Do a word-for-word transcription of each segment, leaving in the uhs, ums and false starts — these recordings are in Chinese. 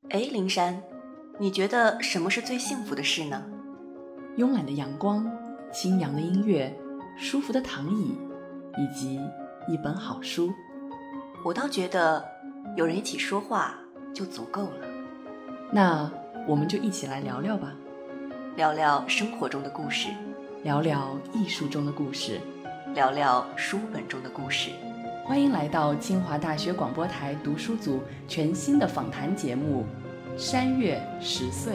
哎，灵山，你觉得什么是最幸福的事呢？ 慵懒的阳光，清扬的音乐，舒服的躺椅，以及一本好书。 我倒觉得有人一起说话就足够了。 那我们就一起来聊聊吧， 聊聊生活中的故事， 聊聊艺术中的故事， 聊聊书本中的故事。 欢迎来到清华大学广播台读书组全新的访谈节目《山月十岁》。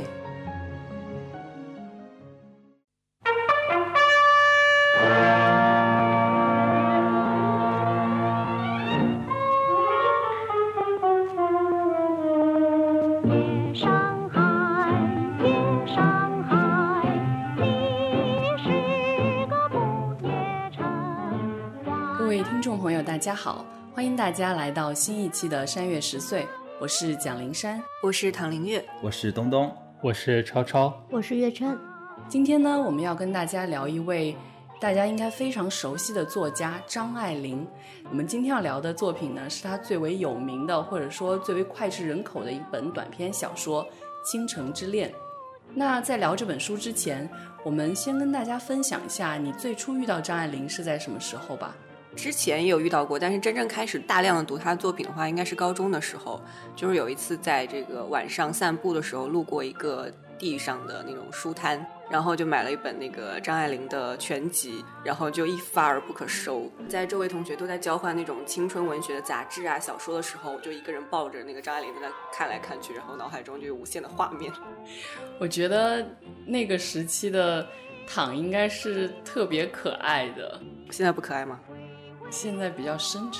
大家好，欢迎大家来到新一期的山月十岁，我是蒋灵山， 我是唐灵月， 我是东东， 我是超超， 我是月琛。 今天呢，我们要跟大家聊一位大家应该非常熟悉的作家张爱玲。我们今天要聊的作品呢，是她最为有名的，或者说最为脍炙人口的一本短篇小说《倾城之恋》。那在聊这本书之前，我们先跟大家分享一下你最初遇到张爱玲是在什么时候吧。 之前也有遇到过，但是真正开始大量的读他的作品的话，应该是高中的时候。就是有一次在这个晚上散步的时候，路过一个地上的那种书摊，然后就买了一本那个张爱玲的全集，然后就一发而不可收。在周围同学都在交换那种青春文学的杂志啊、小说的时候，我就一个人抱着那个张爱玲在那看来看去，然后脑海中就有无限的画面。 我觉得那个时期的躺应该是特别可爱的。 现在不可爱吗？ 现在比较深沉。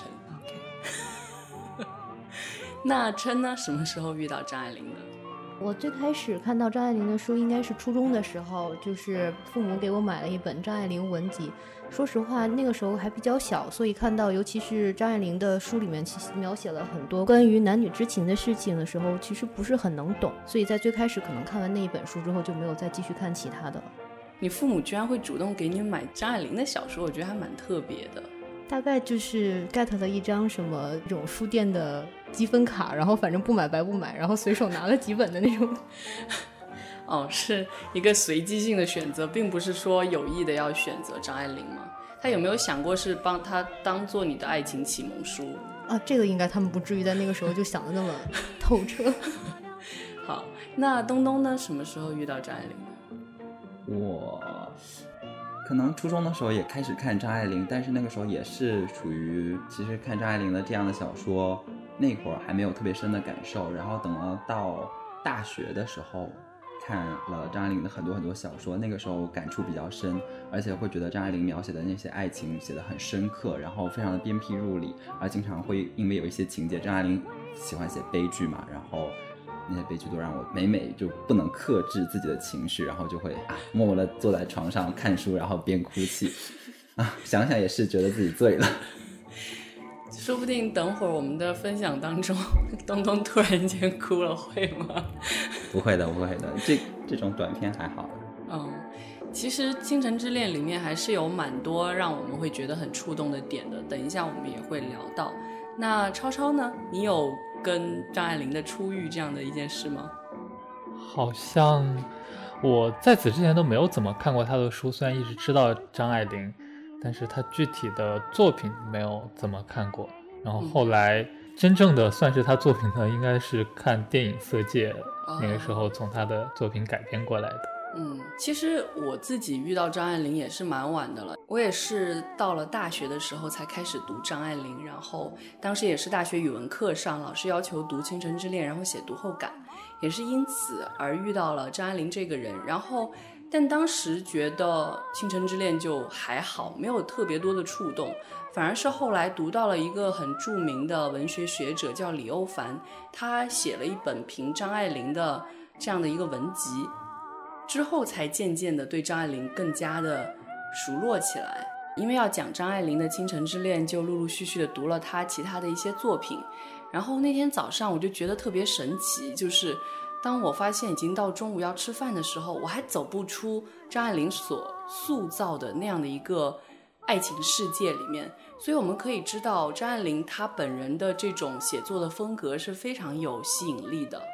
OK 那琛呢，什么时候遇到张爱玲的？ 我最开始看到张爱玲的书应该是初中的时候，就是父母给我买了一本张爱玲文集。说实话那个时候还比较小，所以看到尤其是张爱玲的书里面其实描写了很多关于男女之情的事情的时候，其实不是很能懂，所以在最开始可能看完那一本书之后就没有再继续看其他的了。 你父母居然会主动给你买张爱玲的小说，我觉得还蛮特别的。 大概就是 get 了一张什么这种书店的积分卡，然后反正不买白不买，然后随手拿了几本的那种。 哦，是一个随机性的选择，并不是说有意的要选择张爱玲吗？他有没有想过是帮他当做你的爱情启蒙书啊？这个应该他们不至于在那个时候就想得那么透彻。 好，那东东呢，什么时候遇到张爱玲的？ 我可能初中的时候也开始看张爱玲，但是那个时候也是属于其实看张爱玲的这样的小说那会儿还没有特别深的感受，然后等了到大学的时候看了张爱玲的很多很多小说，那个时候感触比较深，而且会觉得张爱玲描写的那些爱情写得很深刻，然后非常的鞭辟入里，而经常会因为有一些情节，张爱玲喜欢写悲剧嘛，然后那些悲剧都让我每每就不能克制自己的情绪，然后就会啊默默地坐在床上看书，然后边哭泣啊，想想也是觉得自己醉了。 说不定等会儿我们的分享当中东东突然间哭了，会吗？ 不会的不会的，这这种短片还好。 嗯，其实《倾城之恋》里面还是有蛮多让我们会觉得很触动的点的，等一下我们也会聊到。那超超呢，你有跟张爱玲的初遇这样的一件事吗？ 好像我在此之前都没有怎么看过她的书，虽然一直知道张爱玲，但是她具体的作品没有怎么看过。然后后来真正的算是她作品的应该是看电影《色戒》， 哦， 那个时候从她的作品改编过来的。 嗯，其实我自己遇到张爱玲也是蛮晚的了，我也是到了大学的时候才开始读张爱玲，然后当时也是大学语文课上老师要求读《倾城之恋》，然后写读后感，也是因此而遇到了张爱玲这个人。然后但当时觉得《倾城之恋》就还好，没有特别多的触动，反而是后来读到了一个很著名的文学学者叫李欧梵，他写了一本评张爱玲的这样的一个文集，之后才渐渐的对张爱玲更加的熟络起来。因为要讲张爱玲的《倾城之恋》，就陆陆续续的读了她其他的一些作品。然后那天早上我就觉得特别神奇，就是当我发现已经到中午要吃饭的时候，我还走不出张爱玲所塑造的那样的一个爱情世界里面。所以我们可以知道张爱玲她本人的这种写作的风格是非常有吸引力的。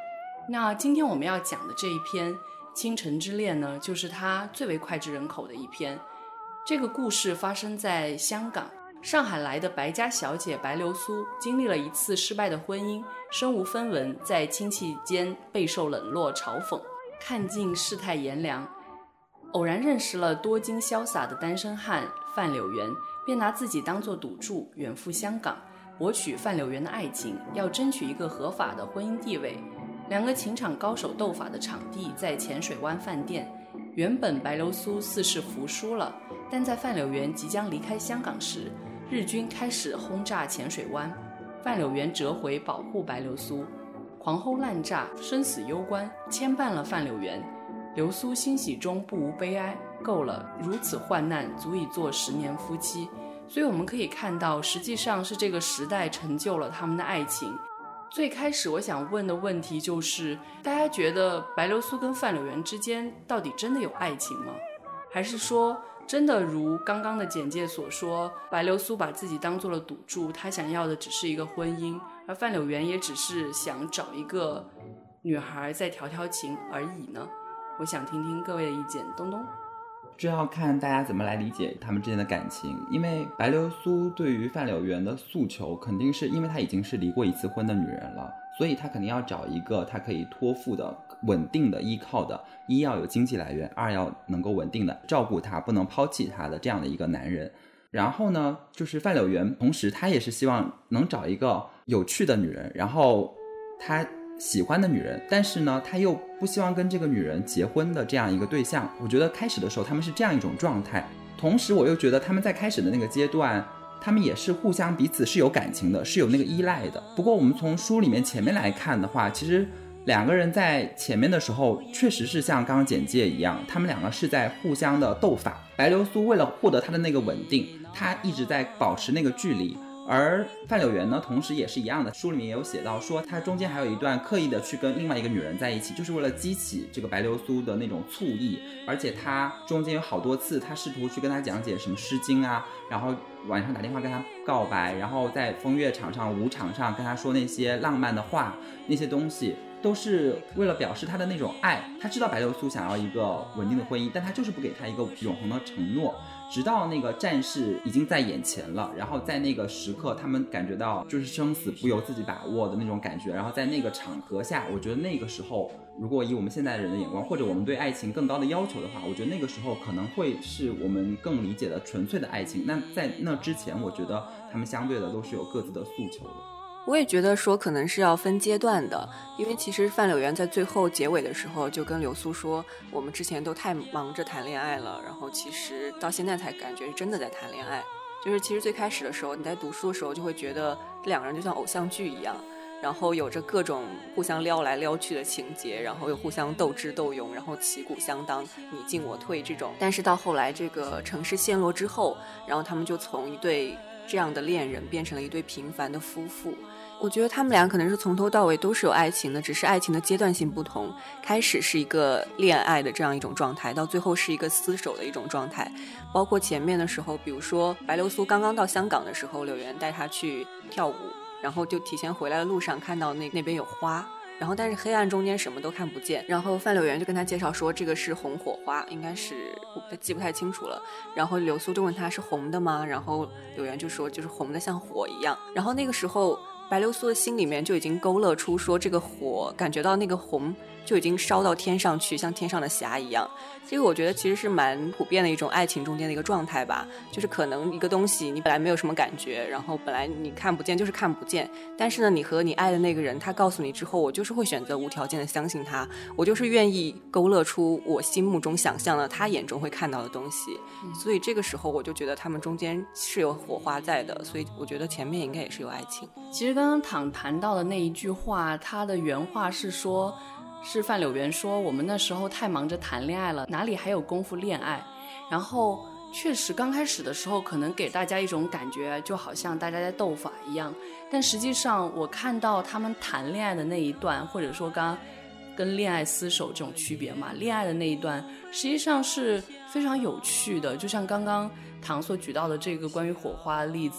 那今天我们要讲的这一篇《倾城之恋》呢，就是它最为脍炙人口的一篇。这个故事发生在香港，上海来的白家小姐白流苏经历了一次失败的婚姻，身无分文，在亲戚间备受冷落嘲讽，看尽世态炎凉，偶然认识了多金潇洒的单身汉范柳原，便拿自己当作赌注，远赴香港博取范柳原的爱情，要争取一个合法的婚姻地位。两个情场高手斗法的场地在浅水湾饭店。原本白流苏似是服输了，但在范柳原即将离开香港时，日军开始轰炸浅水湾，范柳原折回保护白流苏，狂轰滥炸，生死攸关，牵绊了范柳原。流苏欣喜中不无悲哀，够了，如此患难足以做十年夫妻。所以我们可以看到，实际上是这个时代成就了他们的爱情。最开始我想问的问题就是，大家觉得白流苏跟范柳原之间到底真的有爱情吗？还是说真的如刚刚的简介所说，白流苏把自己当做了赌注，她想要的只是一个婚姻，而范柳原也只是想找一个女孩再调调情而已呢？我想听听各位的意见。东东， 这要看大家怎么来理解他们之间的感情。因为白流苏对于范柳原的诉求，肯定是因为她已经是离过一次婚的女人了，所以她肯定要找一个她可以托付的、稳定的依靠的，一要有经济来源，二要能够稳定的照顾她，不能抛弃她的这样的一个男人。然后呢，就是范柳原同时她也是希望能找一个有趣的女人，然后她喜欢的女人，但是呢他又不希望跟这个女人结婚的这样一个对象。我觉得开始的时候他们是这样一种状态，同时我又觉得他们在开始的那个阶段，他们也是互相彼此是有感情的，是有那个依赖的。不过我们从书里面前面来看的话，其实两个人在前面的时候确实是像刚刚简介一样，他们两个是在互相的斗法。白流苏为了获得他的那个稳定，他一直在保持那个距离，而范柳原呢同时也是一样的，书里面也有写到说他中间还有一段刻意的去跟另外一个女人在一起，就是为了激起这个白流苏的那种醋意。而且他中间有好多次他试图去跟他讲解什么诗经啊，然后晚上打电话跟他告白，然后在风月场上舞场上跟他说那些浪漫的话，那些东西都是为了表示他的那种爱。他知道白流苏想要一个稳定的婚姻，但他就是不给他一个永恒的承诺，直到那个战事已经在眼前了，然后在那个时刻他们感觉到就是生死不由自己把握的那种感觉，然后在那个场合下，我觉得那个时候如果以我们现在人的眼光，或者我们对爱情更高的要求的话，我觉得那个时候可能会是我们更理解的纯粹的爱情。那在那之前，我觉得他们相对的都是有各自的诉求的。 我也觉得说可能是要分阶段的，因为其实范柳原在最后结尾的时候就跟流苏说，我们之前都太忙着谈恋爱了，然后其实到现在才感觉真的在谈恋爱。就是其实最开始的时候你在读书的时候就会觉得这两个人就像偶像剧一样，然后有着各种互相撩来撩去的情节，然后又互相斗智斗勇，然后旗鼓相当，你进我退这种。但是到后来这个城市陷落之后，然后他们就从一对这样的恋人变成了一对平凡的夫妇。我觉得他们俩可能是从头到尾都是有爱情的，只是爱情的阶段性不同，开始是一个恋爱的这样一种状态，到最后是一个厮守的一种状态。包括前面的时候，比如说白流苏刚刚到香港的时候，柳原带她去跳舞，然后就提前回来的路上看到那那边有花，然后但是黑暗中间什么都看不见，然后范柳原就跟他介绍说这个是红火花，应该是我记不太清楚了，然后流苏就问他是红的吗，然后柳原就说就是红的像火一样。然后那个时候白流苏的心里面就已经勾勒出说这个火感觉到那个红就已经烧到天上去，像天上的霞一样。这个我觉得其实是蛮普遍的一种爱情中间的一个状态吧，就是可能一个东西你本来没有什么感觉，然后本来你看不见就是看不见，但是呢你和你爱的那个人他告诉你之后，我就是会选择无条件的相信他，我就是愿意勾勒出我心目中想象的他眼中会看到的东西、嗯、所以这个时候我就觉得他们中间是有火花在的，所以我觉得前面应该也是有爱情。 其实刚刚唐谈到的那一句话，他的原话是说，是范柳原说我们那时候太忙着谈恋爱了，哪里还有功夫恋爱。然后确实刚开始的时候可能给大家一种感觉就好像大家在斗法一样，但实际上我看到他们谈恋爱的那一段，或者说刚刚跟恋爱厮守这种区别嘛，恋爱的那一段实际上是非常有趣的。就像刚刚唐所举到的这个关于火花的例子，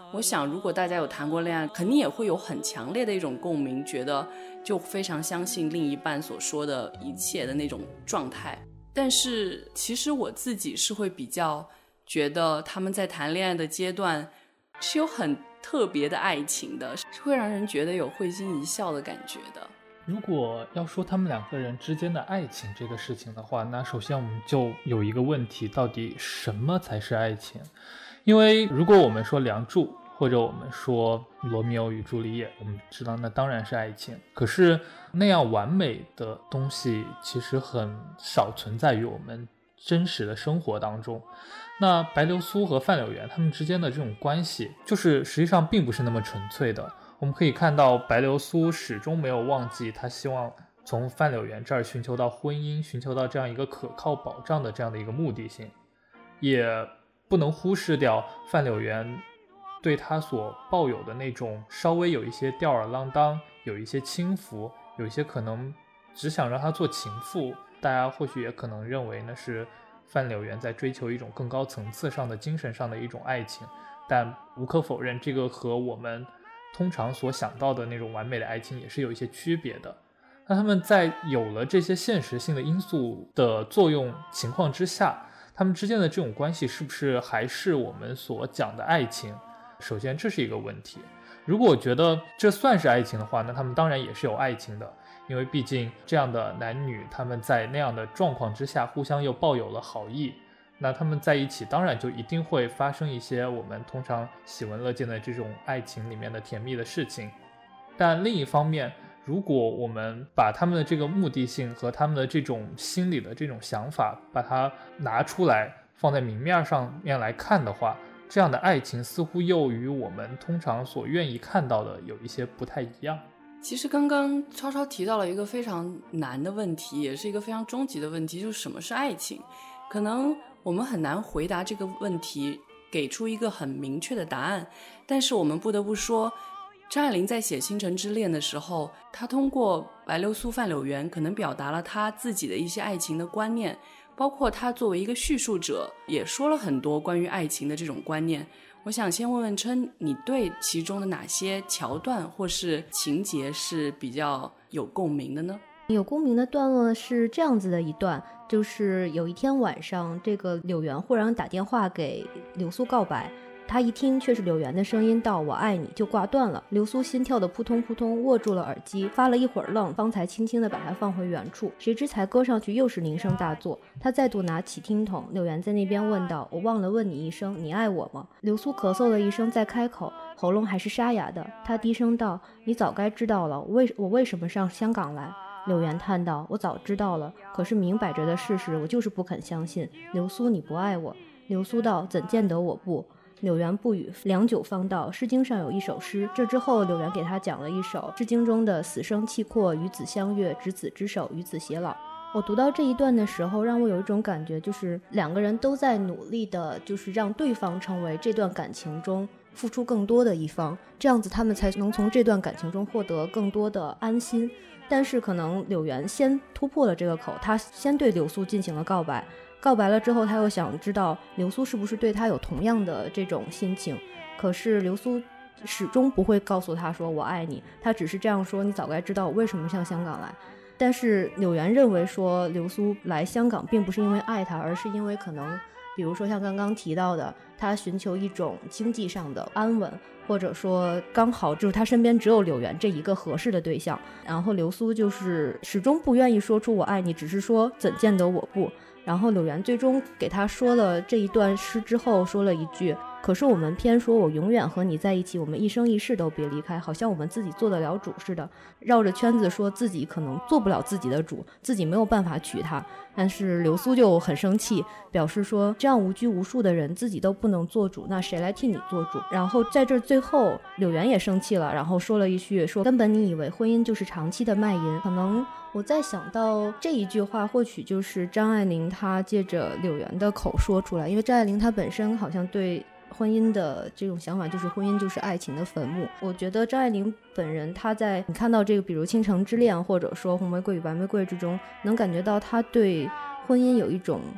我想如果大家有谈过恋爱，肯定也会有很强烈的一种共鸣，觉得就非常相信另一半所说的一切的那种状态。但是其实我自己是会比较觉得他们在谈恋爱的阶段是有很特别的爱情的，是会让人觉得有会心一笑的感觉的。 如果要说他们两个人之间的爱情这个事情的话，那首先我们就有一个问题，到底什么才是爱情？因为如果我们说梁祝，或者我们说罗密欧与朱丽叶，我们知道那当然是爱情，可是那样完美的东西其实很少存在于我们真实的生活当中。那白流苏和范柳原他们之间的这种关系，就是实际上并不是那么纯粹的。我们可以看到白流苏始终没有忘记他希望从范柳原这儿寻求到婚姻，寻求到这样一个可靠保障的这样的一个目的性，也不能忽视掉范柳原对他所抱有的那种稍微有一些吊儿郎当，有一些轻浮，有一些可能只想让他做情妇，大家或许也可能认为那是范柳原在追求一种更高层次上的精神上的一种爱情，但无可否认这个和我们通常所想到的那种完美的爱情也是有一些区别的。那他们在有了这些现实性的因素的作用情况之下，他们之间的这种关系是不是还是我们所讲的爱情？首先这是一个问题。如果我觉得这算是爱情的话，那他们当然也是有爱情的，因为毕竟这样的男女他们在那样的状况之下互相又抱有了好意，那他们在一起当然就一定会发生一些我们通常喜闻乐见的这种爱情里面的甜蜜的事情。但另一方面，如果我们把他们的这个目的性和他们的这种心理的这种想法把它拿出来放在明面上面来看的话，这样的爱情似乎又与我们通常所愿意看到的有一些不太一样。 其实刚刚超超提到了一个非常难的问题，也是一个非常终极的问题，就是什么是爱情。可能我们很难回答这个问题，给出一个很明确的答案，但是我们不得不说，张爱玲在写《倾城之恋》的时候，她通过白流苏范柳原可能表达了她自己的一些爱情的观念，包括她作为一个叙述者也说了很多关于爱情的这种观念。我想先问问琛，你对其中的哪些桥段或是情节是比较有共鸣的呢？ 有共鸣的段落是这样子的一段，就是有一天晚上，这个柳原忽然打电话给流苏告白，他一听却是柳原的声音道我爱你，就挂断了。流苏心跳的扑通扑通，握住了耳机，发了一会儿愣，方才轻轻地把它放回原处，谁知才搁上去又是铃声大作。他再度拿起听筒，柳原在那边问道，我忘了问你一声，你爱我吗？流苏咳嗽了一声再开口，喉咙还是沙哑的，他低声道，你早该知道了，我为我为什么上香港来？柳原叹道，我早知道了，可是明摆着的事实我就是不肯相信。流苏，你不爱我。流苏道，怎见得我不？柳原不语，良久方道，诗经上有一首诗。这之后柳原给他讲了一首诗经中的死生契阔，与子相悦，执子之手，与子偕老。我读到这一段的时候，让我有一种感觉，就是两个人都在努力的，就是让对方成为这段感情中付出更多的一方，这样子他们才能从这段感情中获得更多的安心。但是可能柳原先突破了这个口，他先对流苏进行了告白，告白了之后他又想知道流苏是不是对他有同样的这种心情，可是流苏始终不会告诉他说我爱你，他只是这样说，你早该知道我为什么向香港来。但是柳原认为说流苏来香港并不是因为爱他，而是因为可能比如说像刚刚提到的，他寻求一种经济上的安稳，或者说刚好就是他身边只有柳原这一个合适的对象，然后流苏就是始终不愿意说出我爱你，只是说怎见得我不。然后柳原最终给他说了这一段诗之后，说了一句，可是我们偏说我永远和你在一起，我们一生一世都别离开，好像我们自己做得了主似的，绕着圈子说自己可能做不了自己的主，自己没有办法娶她。但是流苏就很生气，表示说这样无拘无束的人自己都不能做主，那谁来替你做主？然后在这最后柳原也生气了，然后说了一句，说根本你以为婚姻就是长期的卖淫。可能我在想到这一句话，或许就是张爱玲她借着柳原的口说出来，因为张爱玲她本身好像对婚姻的这种想法就是婚姻就是爱情的坟墓。我觉得张爱玲本人她在你看到这个比如倾城之恋或者说红玫瑰与白玫瑰之中，能感觉到她对婚姻有一种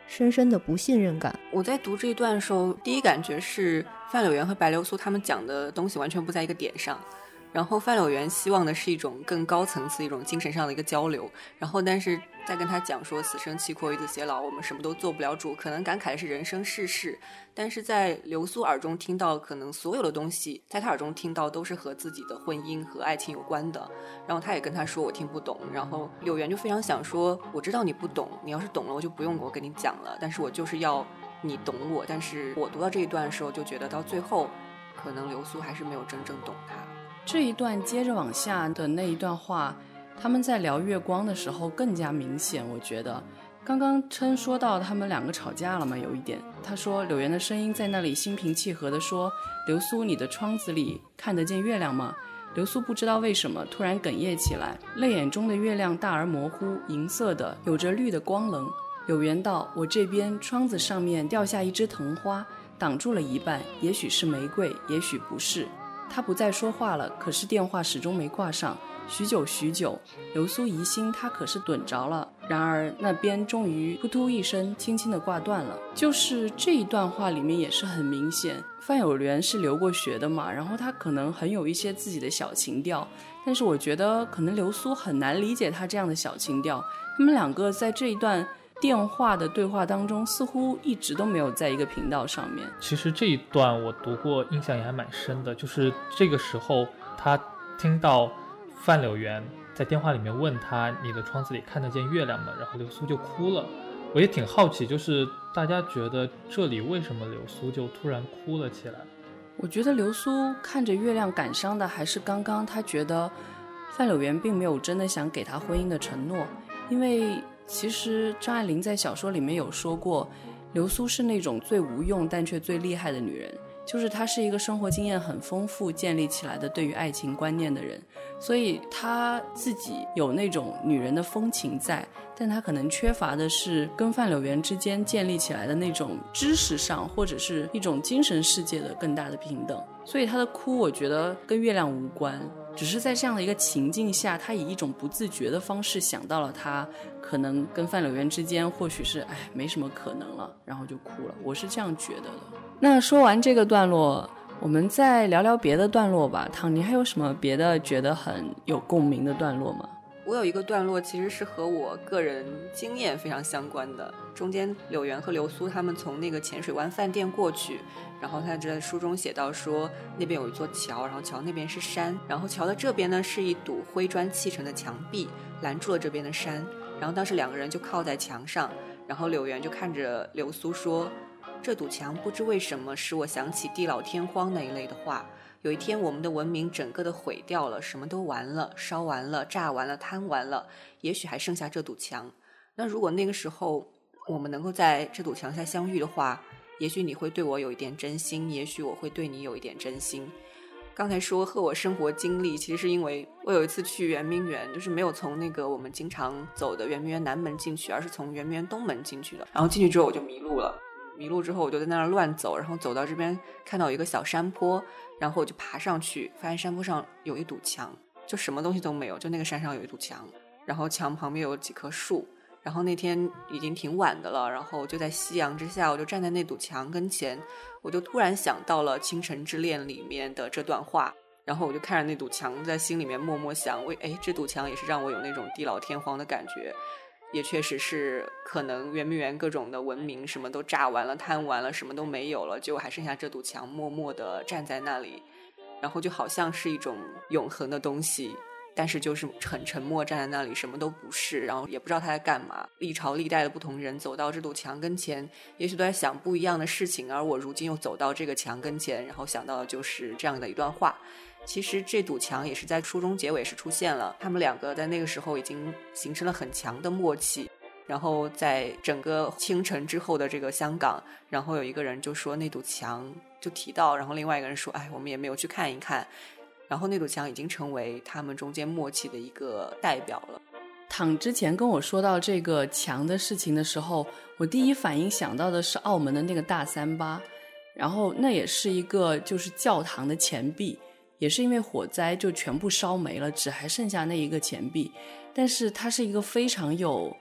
深深的不信任感。 我在读这一段的时候，第一感觉是范柳原和白流苏他们讲的东西完全不在一个点上，然后范柳原希望的是一种更高层次一种精神上的一个交流，然后但是在跟他讲说死生契阔，与子偕老，我们什么都做不了主，可能感慨的是人生世事，但是在流苏耳中听到可能所有的东西在他耳中听到都是和自己的婚姻和爱情有关的，然后他也跟他说我听不懂，然后柳原就非常想说我知道你不懂，你要是懂了我就不用我跟你讲了，但是我就是要你懂我。但是我读到这一段的时候就觉得到最后可能流苏还是没有真正懂他。 这一段接着往下的那一段话，他们在聊月光的时候更加明显。我觉得刚刚琛说到他们两个吵架了嘛，有一点他说柳原的声音在那里心平气和地说，流苏你的窗子里看得见月亮吗？流苏不知道为什么突然哽咽起来，泪眼中的月亮大而模糊，银色的，有着绿的光棱。柳原道，我这边窗子上面掉下一枝藤花，挡住了一半，也许是玫瑰，也许不是。他不再说话了，可是电话始终没挂上。许久许久，流苏疑心他可是盹着了，然而那边终于扑突一声轻轻地挂断了。就是这一段话里面也是很明显，范有莲是留过学的嘛，然后他可能很有一些自己的小情调，但是我觉得可能流苏很难理解他这样的小情调。他们两个在这一段电话的对话当中似乎一直都没有在一个频道上面。 其实这一段我读过，印象也还蛮深的，就是这个时候他听到范柳原在电话里面问他你的窗子里看得见月亮吗，然后流苏就哭了。我也挺好奇，就是大家觉得这里为什么流苏就突然哭了起来。 我觉得流苏看着月亮感伤的还是刚刚他觉得范柳原并没有真的想给他婚姻的承诺，因为其实张爱玲在小说里面有说过，流苏是那种最无用但却最厉害的女人，就是她是一个生活经验很丰富建立起来的对于爱情观念的人，所以她自己有那种女人的风情在，但她可能缺乏的是跟范柳原之间建立起来的那种知识上或者是一种精神世界的更大的平等。所以她的哭我觉得跟月亮无关，只是在这样的一个情境下，她以一种不自觉的方式想到了她可能跟范柳原之间或许是哎没什么可能了，然后就哭了，我是这样觉得的。那说完这个段落，我们再聊聊别的段落吧。唐，你还有什么别的觉得很有共鸣的段落吗？ 我有一个段落其实是和我个人经验非常相关的，中间柳原和流苏他们从那个浅水湾饭店过去，然后他在书中写到说那边有一座桥，然后桥那边是山，然后桥的这边呢是一堵灰砖砌成的墙壁拦住了这边的山，然后当时两个人就靠在墙上，然后柳原就看着流苏说，这堵墙不知为什么使我想起地老天荒那一类的话，有一天我们的文明整个的毁掉了，什么都完了，烧完了，炸完了，贪完了，也许还剩下这堵墙。那如果那个时候我们能够在这堵墙下相遇的话，也许你会对我有一点真心，也许我会对你有一点真心。刚才说和我生活经历，其实是因为我有一次去圆明园，就是没有从那个我们经常走的圆明园南门进去，而是从圆明园东门进去的。然后进去之后我就迷路了，迷路之后我就在那儿乱走，然后走到这边看到有一个小山坡，然后我就爬上去，发现山坡上有一堵墙，就什么东西都没有，就那个山上有一堵墙，然后墙旁边有几棵树，然后那天已经挺晚的了，然后就在夕阳之下，我就站在那堵墙跟前，我就突然想到了《倾城之恋》里面的这段话，然后我就看着那堵墙，在心里面默默想，喂，哎，这堵墙也是让我有那种地老天荒的感觉，也确实是可能圆明园各种的文明什么都炸完了，贪完了，什么都没有了，结果还剩下这堵墙默默地站在那里，然后就好像是一种永恒的东西，但是就是很沉默站在那里，什么都不是，然后也不知道他在干嘛。历朝历代的不同人走到这堵墙跟前，也许都在想不一样的事情，而我如今又走到这个墙跟前，然后想到的就是这样的一段话。其实这堵墙也是在书中结尾是出现了，他们两个在那个时候已经形成了很强的默契，然后在整个清晨之后的这个香港，然后有一个人就说那堵墙就提到，然后另外一个人说哎，我们也没有去看一看，然后那堵墙已经成为他们中间默契的一个代表了。 唐之前跟我说到这个墙的事情的时候，我第一反应想到的是澳门的那个大三巴，然后那也是一个就是教堂的钱币，也是因为火灾就全部烧没了，只还剩下那一个钱币，但是它是一个非常有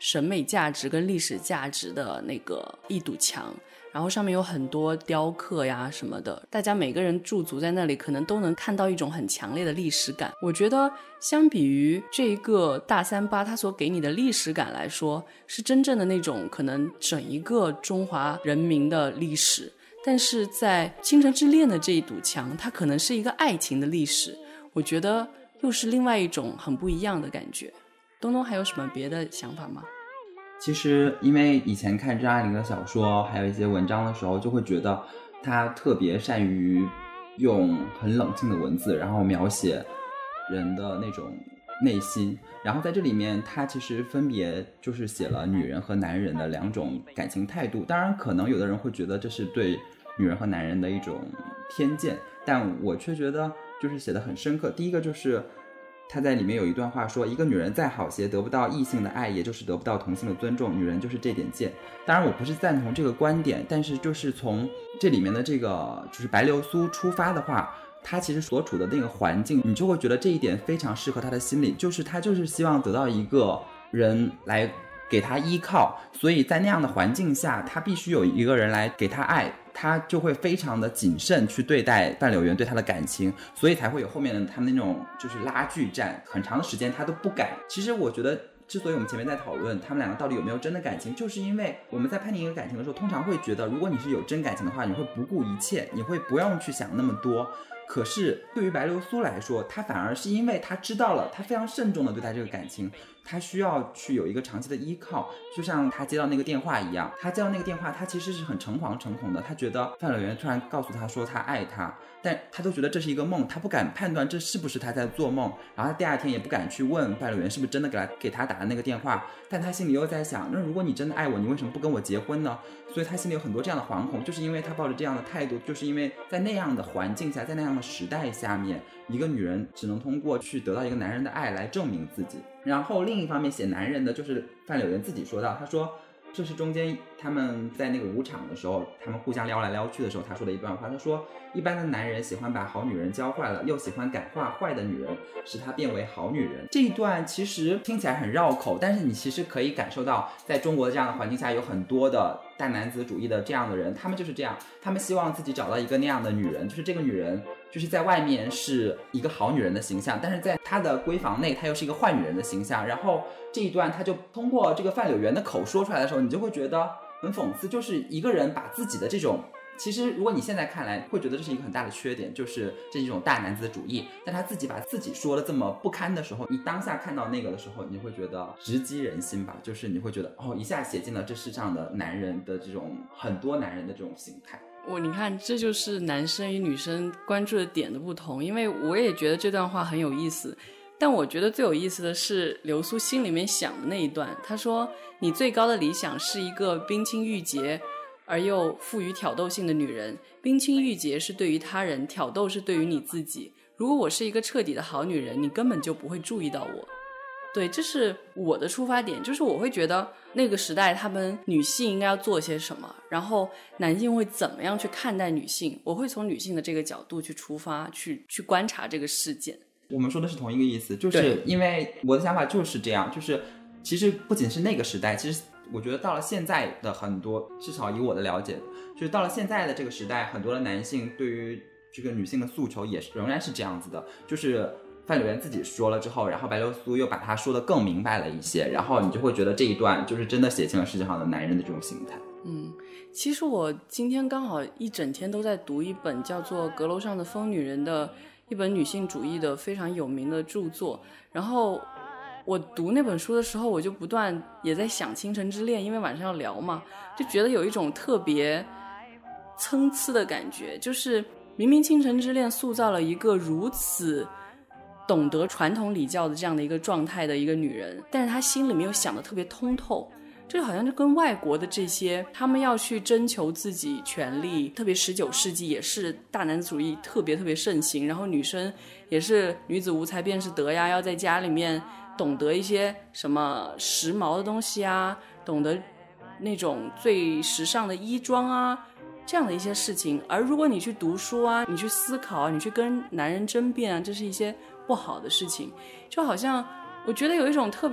审美价值跟历史价值的那个一堵墙，然后上面有很多雕刻呀什么的，大家每个人驻足在那里可能都能看到一种很强烈的历史感。我觉得相比于这一个大三巴它所给你的历史感来说，是真正的那种可能整一个中华人民的历史，但是在倾城之恋的这一堵墙，它可能是一个爱情的历史，我觉得又是另外一种很不一样的感觉。东东还有什么别的想法吗？ 其实因为以前看张爱玲的小说还有一些文章的时候，就会觉得她特别善于用很冷静的文字，然后描写人的那种内心，然后在这里面她其实分别就是写了女人和男人的两种感情态度。当然可能有的人会觉得这是对女人和男人的一种偏见，但我却觉得就是写得很深刻。第一个就是他在里面有一段话说，一个女人再好些得不到异性的爱，也就是得不到同性的尊重，女人就是这点贱。当然我不是赞同这个观点，但是就是从这里面的这个就是白流苏出发的话，她其实所处的那个环境，你就会觉得这一点非常适合她的心理，就是她就是希望得到一个人来给她依靠，所以在那样的环境下，她必须有一个人来给她爱，她就会非常的谨慎去对待范柳原对她的感情，所以才会有后面的他们那种就是拉锯战，很长的时间她都不敢。其实我觉得之所以我们前面在讨论他们两个到底有没有真的感情，就是因为我们在判定一个感情的时候，通常会觉得如果你是有真感情的话，你会不顾一切，你会不用去想那么多。可是对于白流苏来说，她反而是因为她知道了，她非常慎重的对待这个感情，她需要去有一个长期的依靠，就像她接到那个电话一样，她接到那个电话，她其实是很诚惶诚恐的，她觉得范柳原突然告诉她说她爱她，但她都觉得这是一个梦，她不敢判断这是不是她在做梦，然后她第二天也不敢去问范柳原是不是真的给她给她打的那个电话，但她心里又在想，那如果你真的爱我，你为什么不跟我结婚呢？所以她心里有很多这样的惶恐，就是因为她抱着这样的态度，就是因为在那样的环境下，在那样的时代下面，一个女人只能通过去得到一个男人的爱来证明自己。然后另一方面写男人的就是范柳原自己说到，他说这是中间他们在那个舞场的时候，他们互相撩来撩去的时候他说的一段话，他说一般的男人喜欢把好女人教坏了，又喜欢感化坏的女人，使她变为好女人。这一段其实听起来很绕口，但是你其实可以感受到在中国的这样的环境下，有很多的大男子主义的这样的人，他们就是这样，他们希望自己找到一个那样的女人，就是这个女人就是在外面是一个好女人的形象，但是在她的闺房内她又是一个坏女人的形象。然后这一段他就通过这个范柳原的口说出来的时候，你就会觉得很讽刺，就是一个人把自己的这种，其实如果你现在看来会觉得这是一个很大的缺点，就是这是一种大男子主义，但他自己把自己说的这么不堪的时候，你当下看到那个的时候，你会觉得直击人心吧，就是你会觉得哦，一下写进了这世上的男人的这种很多男人的这种形态。 我你看，这就是男生与女生关注的点的不同，因为我也觉得这段话很有意思，但我觉得最有意思的是流苏心里面想的那一段，他说你最高的理想是一个冰清玉洁而又富于挑逗性的女人，冰清玉洁是对于他人，挑逗是对于你自己，如果我是一个彻底的好女人，你根本就不会注意到我。对，这是我的出发点，就是我会觉得那个时代他们女性应该要做些什么，然后男性会怎么样去看待女性，我会从女性的这个角度去出发，去去观察这个事件。 我们说的是同一个意思，就是因为我的想法就是这样，就是其实不仅是那个时代，其实我觉得到了现在的很多，至少以我的了解，就是到了现在的这个时代，很多的男性对于这个女性的诉求也是仍然是这样子的，就是范柳原自己说了之后，然后白流苏又把它说得更明白了一些，然后你就会觉得这一段就是真的写清了世界上的男人的这种形态。 嗯，其实我今天刚好一整天都在读一本叫做《阁楼上的疯女人》的一本女性主义的非常有名的著作，然后我读那本书的时候，我就不断也在想倾城之恋，因为晚上要聊嘛，就觉得有一种特别参差的感觉，就是明明倾城之恋塑造了一个如此懂得传统礼教的这样的一个状态的一个女人，但是她心里面又想得特别通透，这好像就跟外国的这些他们要去征求自己权利，特别十九世纪也是大男子主义特别特别盛行，然后女生也是女子无才便是德呀，要在家里面懂得一些什么时髦的东西啊，懂得那种最时尚的衣装啊，这样的一些事情。而如果你去读书啊，你去思考啊，你去跟男人争辩啊，这是一些不好的事情，就好像我觉得有一种特别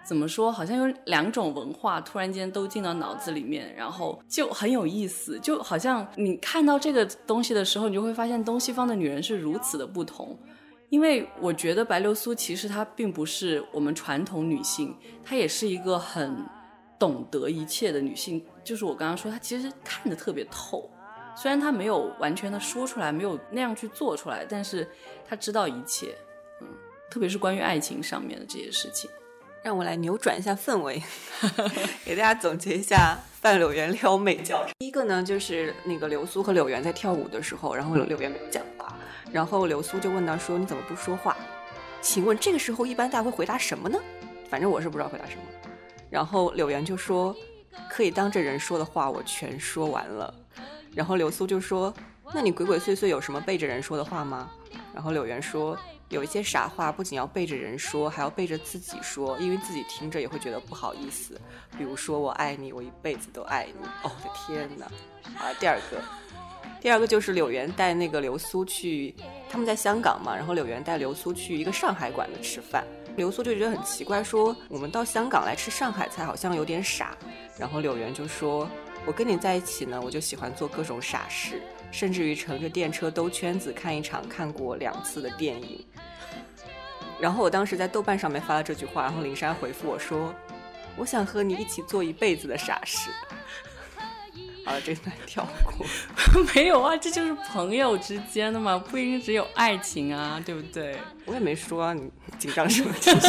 怎么说，好像有两种文化突然间都进到脑子里面，然后就很有意思，就好像你看到这个东西的时候，你就会发现东西方的女人是如此的不同。因为我觉得白流苏其实她并不是我们传统女性，她也是一个很懂得一切的女性，就是我刚刚说她其实看得特别透，虽然她没有完全的说出来，没有那样去做出来，但是她知道一切，嗯，特别是关于爱情上面的这些事情。 让我来扭转一下氛围给大家总结一下范柳原撩妹教程。第一个呢，就是那个流苏和柳原在跳舞的时候，然后柳原没有讲话，然后流苏就问他说你怎么不说话，请问这个时候一般大家会回答什么呢？反正我是不知道回答什么。然后柳原就说可以当着人说的话我全说完了。然后流苏就说那你鬼鬼祟祟有什么背着人说的话吗？然后柳原说有一些傻话不仅要背着人说，还要背着自己说，因为自己听着也会觉得不好意思。比如说我爱你，我一辈子都爱你。哦，我的天哪！好，第二个，第二个就是柳原带那个流苏去，他们在香港嘛，然后柳原带流苏去一个上海馆子吃饭。流苏就觉得很奇怪，说我们到香港来吃上海菜好像有点傻。然后柳原就说我跟你在一起呢，我就喜欢做各种傻事，甚至于乘着电车兜圈子看一场看过两次的电影。然后我当时在豆瓣上面发了这句话，然后林珊回复我说我想和你一起做一辈子的傻事。好了，这段跳过。 没有啊，这就是朋友之间的嘛，不一定只有爱情啊，对不对？ 我也没说啊，你紧张什么？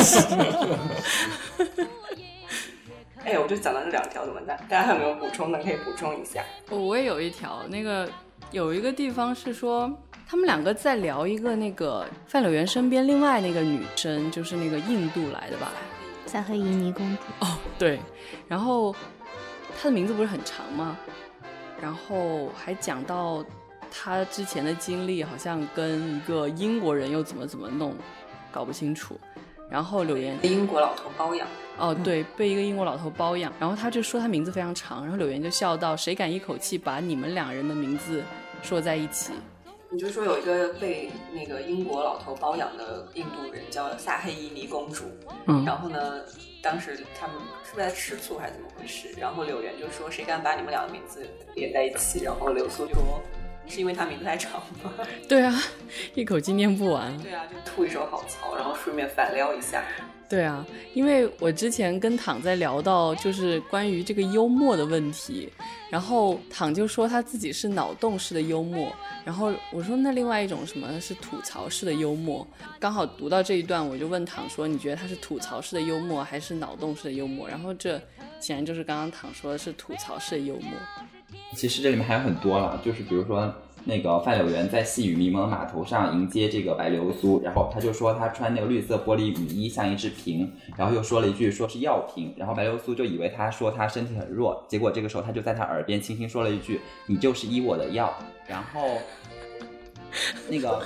哎，我就讲到这两条，怎么办？大家有没有补充的？可以补充一下。 我也有一条，那个有一个地方是说他们两个在聊一个那个范柳原身边另外那个女生，就是那个印度来的吧， 萨黑伊尼公主。 哦，对，然后她的名字不是很长吗？然后还讲到她之前的经历，好像跟一个英国人又怎么怎么弄，搞不清楚。然后柳原英国老头包养。 哦，对，被一个英国老头包养。然后他就说他名字非常长，然后柳原就笑道：“谁敢一口气把你们两人的名字说在一起？” 你就说有一个被那个英国老头包养的印度人叫萨黑伊尼公主，嗯，然后呢，当时他们是不是在吃醋还是怎么回事？然后柳原就说：“谁敢把你们两个名字连在一起？”然后流苏就说：“是因为他名字太长吗？” 对啊，一口气念不完。 对啊，就吐一手好槽，然后顺便反撩一下。 对啊，因为我之前跟躺在聊到就是关于这个幽默的问题，然后躺就说他自己是脑洞式的幽默，然后我说那另外一种什么是吐槽式的幽默，刚好读到这一段，我就问躺说你觉得他是吐槽式的幽默还是脑洞式的幽默？然后这显然就是刚刚躺说的是吐槽式的幽默。 其实这里面还有很多了，就是比如说那个范柳原在细雨迷蒙的码头上迎接这个白流苏，然后他就说他穿那个绿色玻璃雨衣像一只瓶，然后又说了一句说是药瓶，然后白流苏就以为他说他身体很弱，结果这个时候他就在他耳边轻轻说了一句你就是医我的药。然后那个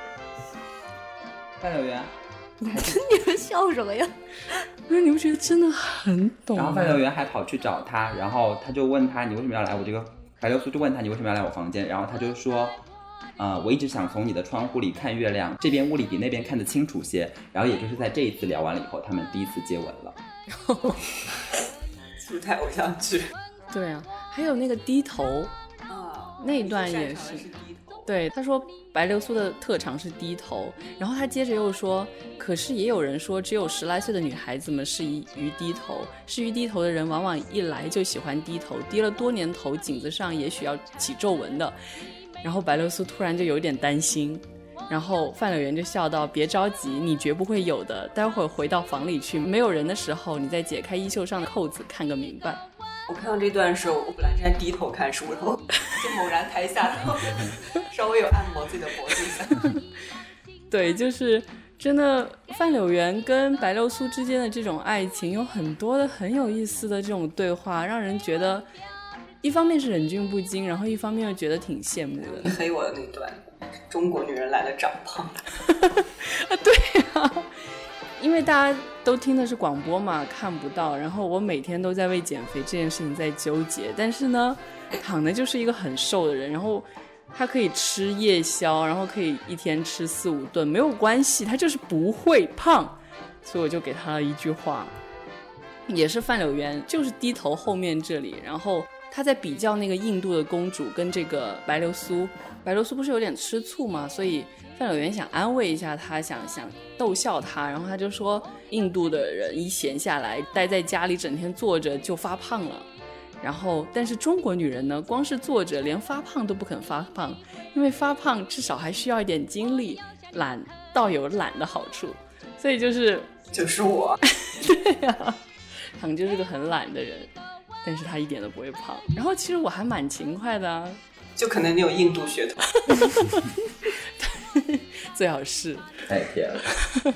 范柳原你们笑什么呀？ 不是，你不觉得真的很懂？ 然后范柳原还跑去找他，然后他就问他你为什么要来我这个，白流苏就问他你为什么要来我房间，然后他就说呃，我一直想从你的窗户里看月亮，这边屋里比那边看得清楚些。然后也就是在这一次聊完了以后，他们第一次接吻了。 是不是太偶像剧？ 对啊，还有那个低头啊， 那一段也是。对，他说白流苏的特长是低头，然后他接着又说，可是也有人说只有十来岁的女孩子们是于低头，是于低头的人往往一来就喜欢低头，低了多年头颈子上也许要起皱纹的。然后白流苏突然就有点担心，然后范柳原就笑道，别着急，你绝不会有的，待会儿回到房里去没有人的时候，你再解开衣袖上的扣子看个明白。 我看到这段的时候，我本来正在低头看书，然后就猛然抬下头，稍微有按摩自己的脖子一下。 对，就是真的范柳原跟白流苏之间的这种爱情有很多的很有意思的这种对话，让人觉得一方面是忍俊不禁，然后一方面又觉得挺羡慕的。 你黑我的那段中国女人来了长胖啊，对啊，因为大家都听的是广播嘛，看不到，然后我每天都在为减肥这件事情在纠结，但是呢躺的就是一个很瘦的人，然后他可以吃夜宵，然后可以一天吃四五顿没有关系，他就是不会胖，所以我就给他了一句话， 也是范柳原，就是低头后面这里，然后他在比较那个印度的公主跟这个白流苏，白流苏不是有点吃醋嘛，所以范柳原想安慰一下他，想想逗笑他，然后他就说印度的人一闲下来待在家里整天坐着就发胖了，然后但是中国女人呢，光是坐着连发胖都不肯发胖，因为发胖至少还需要一点精力，懒倒有懒的好处，所以就是就是我对呀、啊，唐就是个很懒的人，但是他一点都不会胖，然后其实我还蛮勤快的啊， 就可能你有印度血统最好是太甜了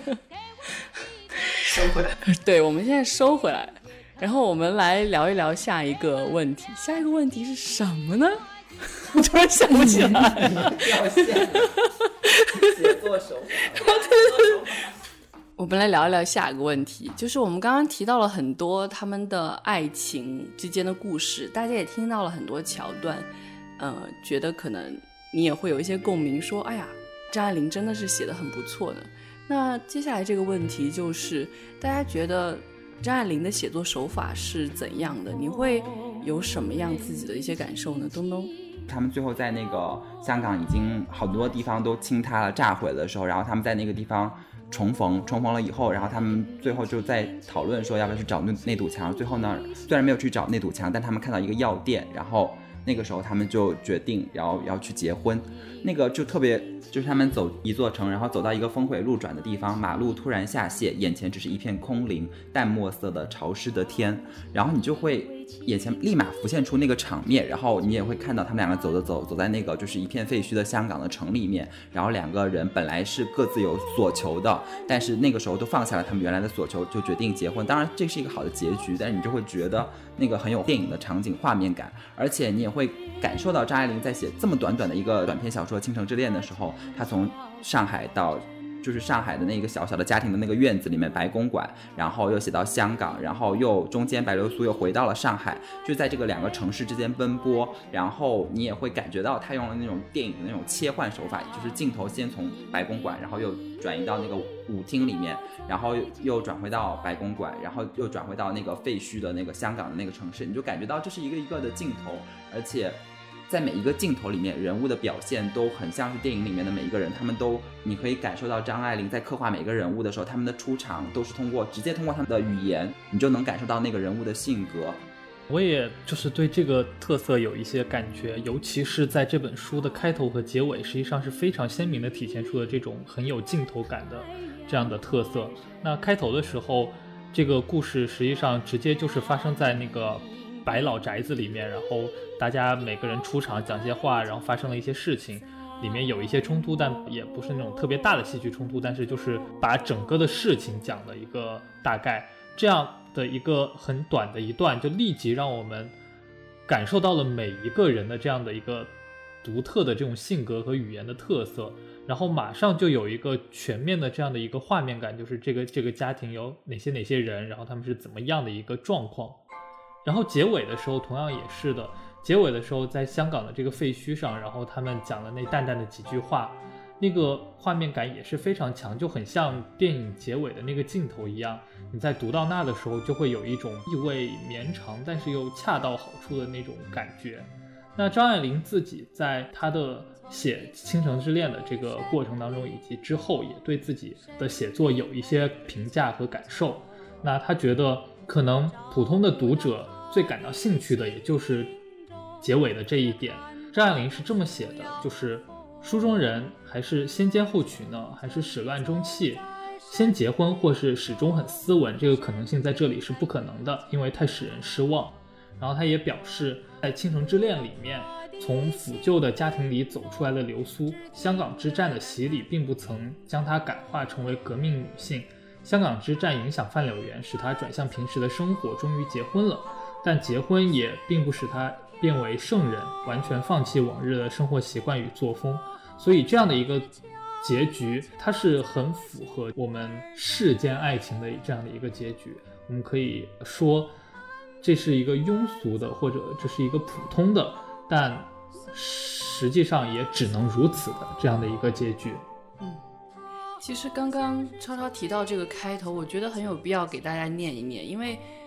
收回来。 对，我们现在收回来，然后我们来聊一聊下一个问题。下一个问题是什么呢？我突然想不起来了。 掉线了，写作手法。 我们来聊一聊下一个问题，就是我们刚刚提到了很多他们的爱情之间的故事，大家也听到了很多桥段，呃，觉得可能你也会有一些共鸣，说，哎呀，张爱玲真的是写得很不错的。那接下来这个问题就是，大家觉得张爱玲的写作手法是怎样的？你会有什么样自己的一些感受呢？东东， 他们最后在那个香港已经好多地方都倾塌了、炸毁的时候，然后他们在那个地方重逢，重逢了以后，然后他们最后就在讨论说要不要去找那那堵墙。最后呢，虽然没有去找那堵墙，但他们看到一个药店，然后那个时候他们就决定要要去结婚。那个就特别，就是他们走一座城，然后走到一个峰回路转的地方，马路突然下陷，眼前只是一片空灵，淡墨色的潮湿的天，然后你就会眼前立马浮现出那个场面，然后你也会看到他们两个走着走，走在那个就是一片废墟的香港的城里面，然后两个人本来是各自有所求的，但是那个时候都放下了他们原来的所求，就决定结婚。当然这是一个好的结局，但是你就会觉得那个很有电影的场景画面感，而且你也会感受到张爱玲在写这么短短的一个短篇小说《倾城之恋》的时候，她从上海到就是上海的那个小小的家庭的那个院子里面白公馆，然后又写到香港，然后又中间白流苏又回到了上海，就在这个两个城市之间奔波，然后你也会感觉到他用了那种电影的那种切换手法，就是镜头先从白公馆，然后又转移到那个舞厅里面，然后又转回到白公馆，然后又转回到那个废墟的那个香港的那个城市，你就感觉到这是一个一个的镜头，而且在每一个镜头里面人物的表现都很像是电影里面的每一个人，他们都你可以感受到张爱玲在刻画每个人物的时候，他们的出场都是通过直接通过他们的语言，你就能感受到那个人物的性格。 我也就是对这个特色有一些感觉，尤其是在这本书的开头和结尾，实际上是非常鲜明的体现出了这种很有镜头感的这样的特色。那开头的时候，这个故事实际上直接就是发生在那个白老宅子里面，然后大家每个人出场讲些话，然后发生了一些事情，里面有一些冲突，但也不是那种特别大的戏剧冲突，但是就是把整个的事情讲了一个大概，这样的一个很短的一段，就立即让我们感受到了每一个人的这样的一个独特的这种性格和语言的特色，然后马上就有一个全面的这样的一个画面感，就是这个这个家庭有哪些哪些人，然后他们是怎么样的一个状况。然后结尾的时候同样也是的，结尾的时候在香港的这个废墟上，然后他们讲了那淡淡的几句话，那个画面感也是非常强，就很像电影结尾的那个镜头一样，你在读到那的时候就会有一种意味绵长但是又恰到好处的那种感觉。那张爱玲自己在她的写《倾城之恋》的这个过程当中以及之后，也对自己的写作有一些评价和感受。那她觉得可能普通的读者最感到兴趣的也就是结尾的这一点。张爱玲是这么写的，就是书中人还是先奸后娶呢，还是始乱终弃，先结婚或是始终很斯文，这个可能性在这里是不可能的，因为太使人失望。然后他也表示，在《倾城之恋》里面，从腐旧的家庭里走出来的流苏，香港之战的洗礼并不曾将她感化成为革命女性，香港之战影响范柳原，使她转向平时的生活，终于结婚了。但结婚也并不使她变为圣人，完全放弃往日的生活习惯与作风。所以这样的一个结局，它是很符合我们世间爱情的这样的一个结局。我们可以说这是一个庸俗的，或者这是一个普通的，但实际上也只能如此的这样的一个结局。 嗯，其实刚刚超超提到这个开头，我觉得很有必要给大家念一念，因为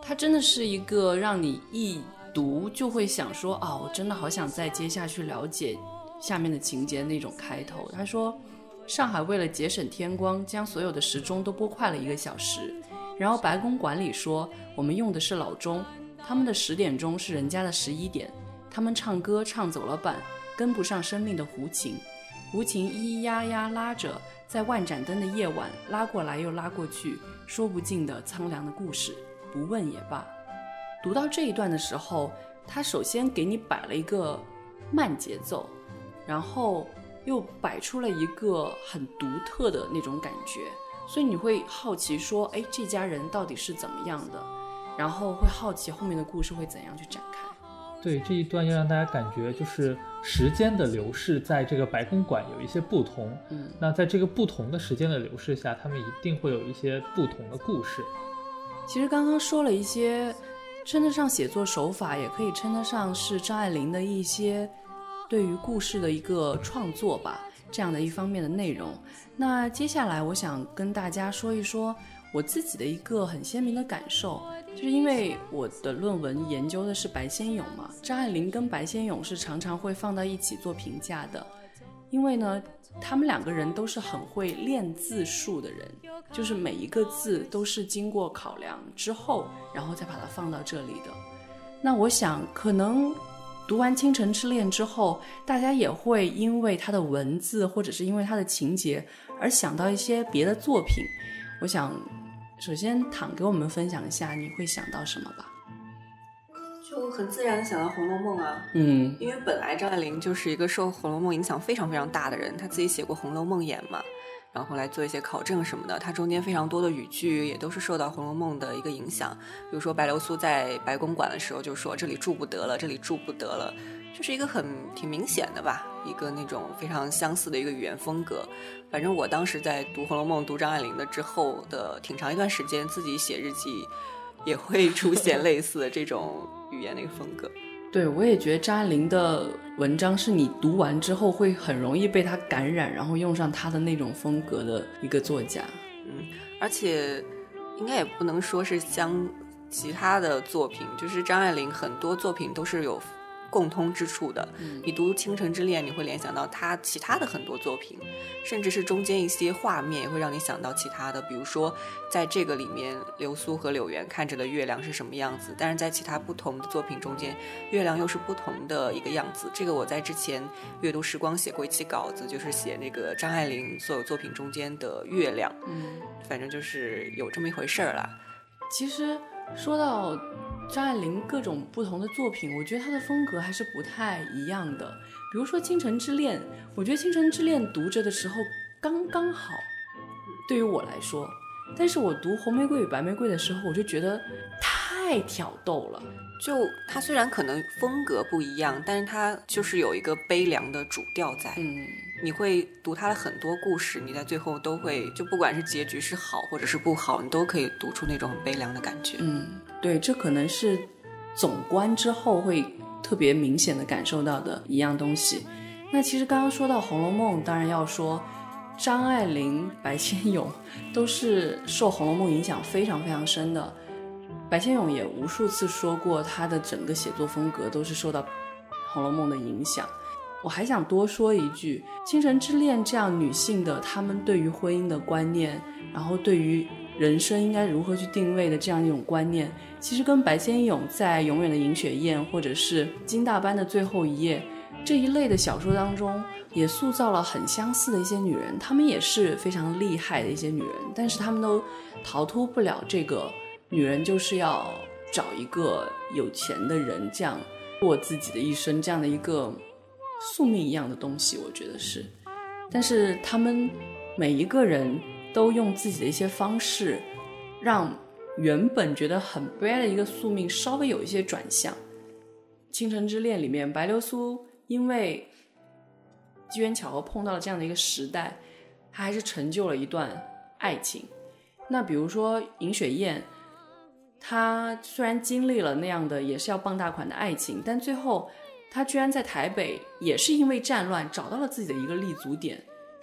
它真的是一个让你一读就会想说啊，我真的好想再接下去了解下面的情节那种开头。他说上海为了节省天光，将所有的时钟都拨快了一个小时，然后白公馆里说我们用的是老钟，他们的十点钟是人家的十一点，他们唱歌唱走了板，跟不上生命的胡琴，胡琴咿咿呀呀拉着，在万盏灯的夜晚拉过来又拉过去，说不尽的苍凉的故事，不问也罢。读到这一段的时候，他首先给你摆了一个慢节奏，然后又摆出了一个很独特的那种感觉，所以你会好奇说，哎，这家人到底是怎么样的，然后会好奇后面的故事会怎样去展开。 对，这一段要让大家感觉就是时间的流逝在这个白公馆有一些不同， 嗯， 那在这个不同的时间的流逝下，他们一定会有一些不同的故事。 其实刚刚说了一些称得上写作手法，也可以称得上是张爱玲的一些对于故事的一个创作吧，这样的一方面的内容。那接下来我想跟大家说一说我自己的一个很鲜明的感受，就是因为我的论文研究的是白先勇嘛，张爱玲跟白先勇是常常会放到一起做评价的，因为呢他们两个人都是很会练字数的人，就是每一个字都是经过考量之后然后再把它放到这里的。那我想可能读完《倾城之恋》之后，大家也会因为它的文字或者是因为它的情节而想到一些别的作品。我想首先躺给我们分享一下你会想到什么吧。 就很自然的想到《红楼梦》啊， 嗯， 因为本来张爱玲就是一个受《红楼梦》影响非常非常大的人，她自己写过《红楼梦演》嘛，然后后来做一些考证什么的，她中间非常多的语句也都是受到《红楼梦》的一个影响。比如说白流苏在白公馆的时候就说这里住不得了，这里住不得了，就是一个很挺明显的吧，一个那种非常相似的一个语言风格。反正我当时在读《红楼梦》读张爱玲的之后的挺长一段时间，自己写日记也会出现类似的这种语言的一个风格。 对，我也觉得张爱玲的文章是你读完之后会很容易被她感染，然后用上她的那种风格的一个作家。 嗯，而且应该也不能说是相其他的作品，就是张爱玲很多作品都是有共通之处的。 嗯， 你读《倾城之恋》，你会联想到她其他的很多作品，甚至是中间一些画面也会让你想到其他的。比如说，在这个里面，流苏和柳原看着的月亮是什么样子，但是在其他不同的作品中间，月亮又是不同的一个样子。这个我在之前阅读时光写过一期稿子，就是写那个张爱玲所有作品中间的月亮。 嗯， 反正就是有这么一回事儿啦。 其实说到张爱玲各种不同的作品，我觉得她的风格还是不太一样的。比如说《倾城之恋》，我觉得《倾城之恋》读着的时候刚刚好，对于我来说。但是我读《红玫瑰与白玫瑰》的时候，我就觉得太挑逗了。 就它虽然可能风格不一样，但是它就是有一个悲凉的主调在。 嗯， 你会读它的很多故事，你在最后都会，就不管是结局是好或者是不好，你都可以读出那种很悲凉的感觉。 嗯，对，这可能是总观之后会特别明显的感受到的一样东西。那其实刚刚说到《红楼梦》，当然要说张爱玲、白先勇都是受《红楼梦》影响非常非常深的。白先勇也无数次说过，他的整个写作风格都是受到《红楼梦》的影响。我还想多说一句，《倾城之恋》这样女性的她们对于婚姻的观念，然后对于人生应该如何去定位的这样一种观念，其实跟白先勇在《永远的银雪宴》或者是《金大班的最后一夜》这一类的小说当中也塑造了很相似的一些女人，她们也是非常厉害的一些女人，但是她们都逃脱不了这个女人就是要找一个有钱的人，这样过自己的一生，这样的一个宿命一样的东西，我觉得是。但是他们每一个人都用自己的一些方式，让原本觉得很悲哀的一个宿命稍微有一些转向。《倾城之恋》里面，白流苏因为机缘巧合碰到了这样的一个时代，她还是成就了一段爱情。那比如说银雪宴，他虽然经历了那样的也是要傍大款的爱情，但最后他居然在台北也是因为战乱找到了自己的一个立足点，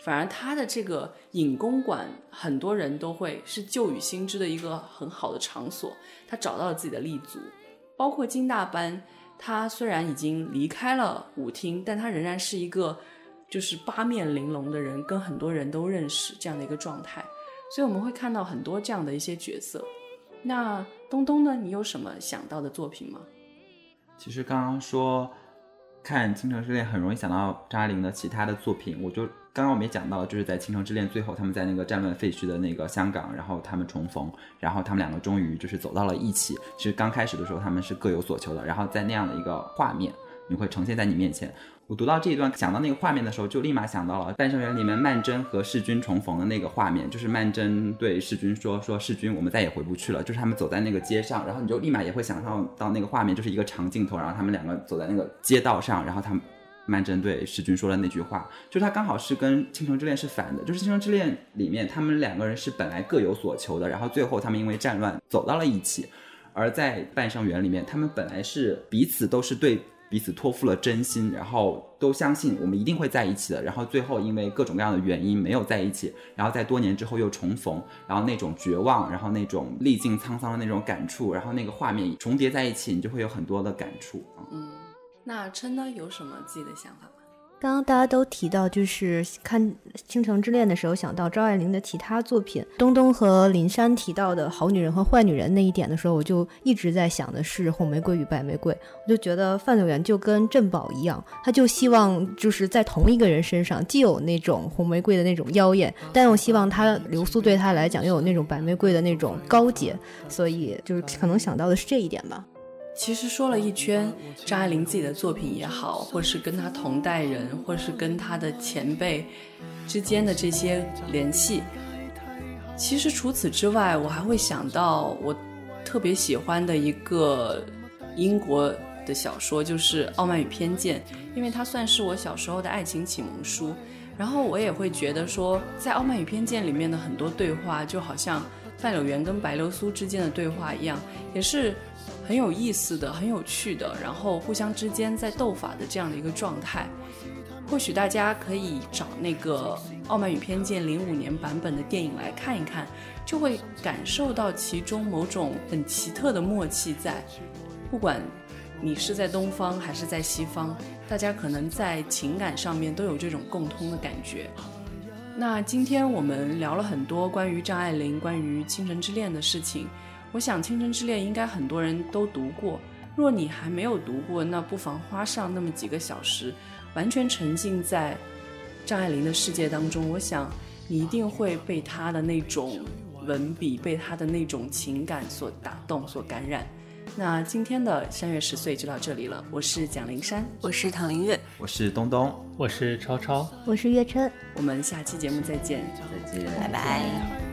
反而他的这个影公馆很多人都会是旧与新知的一个很好的场所，他找到了自己的立足。包括金大班，他虽然已经离开了舞厅，但他仍然是一个就是八面玲珑的人，跟很多人都认识这样的一个状态，所以我们会看到很多这样的一些角色。那东东呢，你有什么想到的作品吗？ 其实刚刚说看《倾城之恋》很容易想到张爱玲的其他的作品，我就刚刚我们也讲到，就是在《倾城之恋》最后他们在那个战乱废墟的那个香港，然后他们重逢，然后他们两个终于就是走到了一起。其实刚开始的时候他们是各有所求的，然后在那样的一个画面你会呈现在你面前。我读到这一段想到那个画面的时候，就立马想到了《半生缘》里面曼桢和世钧重逢的那个画面，就是曼桢对世钧说说世钧我们再也回不去了，就是他们走在那个街上，然后你就立马也会想象到那个画面，就是一个长镜头，然后他们两个走在那个街道上，然后他们曼桢对世钧说的那句话，就是他刚好是跟《倾城之恋》是反的，就是《倾城之恋》里面他们两个人是本来各有所求的，然后最后他们因为战乱走到了一起，而在《半生缘》里面他们本来是彼此都是对彼此托付了真心，然后都相信我们一定会在一起的，然后最后因为各种各样的原因没有在一起，然后在多年之后又重逢，然后那种绝望，然后那种历尽沧桑的那种感触，然后那个画面重叠在一起，你就会有很多的感触。 嗯，那琛呢有什么自己的想法吗？ 刚刚大家都提到，就是看《倾城之恋》的时候想到张爱玲的其他作品。东东和林珊提到的好女人和坏女人那一点的时候，我就一直在想的是红玫瑰与白玫瑰。我就觉得范柳园就跟珍宝一样，他就希望就是在同一个人身上既有那种红玫瑰的那种妖艳，但又希望他流苏对他来讲又有那种白玫瑰的那种高洁，所以就是可能想到的是这一点吧。 其实说了一圈，张爱玲自己的作品也好，或是跟她同代人，或是跟她的前辈之间的这些联系，其实除此之外，我还会想到我特别喜欢的一个英国的小说，就是《傲慢与偏见》，因为它算是我小时候的爱情启蒙书。然后我也会觉得说，在《傲慢与偏见》里面的很多对话，就好像范柳园跟白流苏之间的对话一样，也是很有意思的，很有趣的，然后互相之间在斗法的这样的一个状态。或许大家可以找那个《傲慢与偏见》零五年版本的电影来看一看，就会感受到其中某种很奇特的默契在。不管你是在东方还是在西方，大家可能在情感上面都有这种共通的感觉。那今天我们聊了很多关于张爱玲、关于《倾城之恋》的事情，我想《倾城之恋》应该很多人都读过，若你还没有读过，那不妨花上那么几个小时，完全沉浸在张爱玲的世界当中，我想你一定会被她的那种文笔，被她的那种情感所打动、所感染。那今天的山月十岁就到这里了，我是蒋灵珊， 我是唐林月， 我是东东， 我是超超， 我是月琛， 我们下期节目再见， 再见， 拜拜。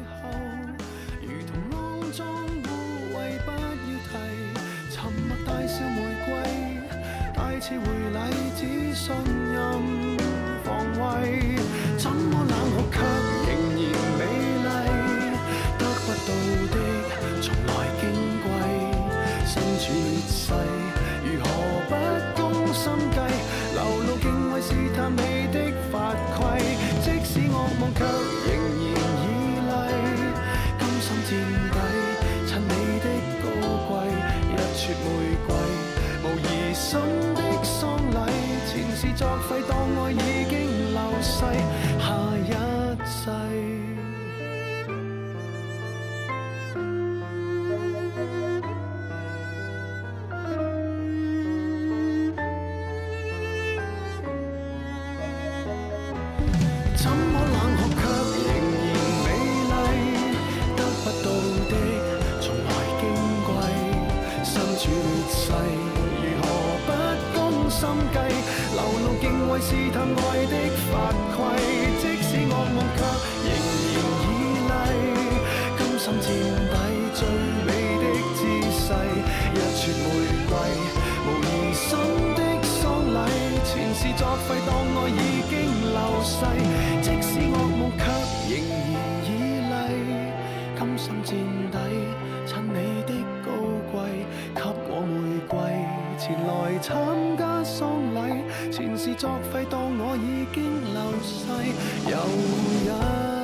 次回禮只信任防衛，怎麼冷酷卻仍然美麗，得不到的從來矜貴，身處劣勢如何不攻心計，流露敬畏試探你的法規，即使惡夢卻仍然依賴，甘心墊底襯你的高貴，一撮玫瑰無疑心的喪禮，前事作廢，當愛已經流逝，下一世。怎麼冷酷卻仍然美麗，得不到的從來矜貴，身處劣勢如何不攻心計，流露敬畏試探愛的法規，即使惡夢卻仍然依賴，甘心墊底最美的姿勢，一撮玫瑰無疑心的喪禮，前事作廢，當愛已經流逝，即使惡夢卻仍然依賴，甘心墊底襯你的高貴，給我玫瑰前來參加喪禮，前是作废，當我已經流逝。有一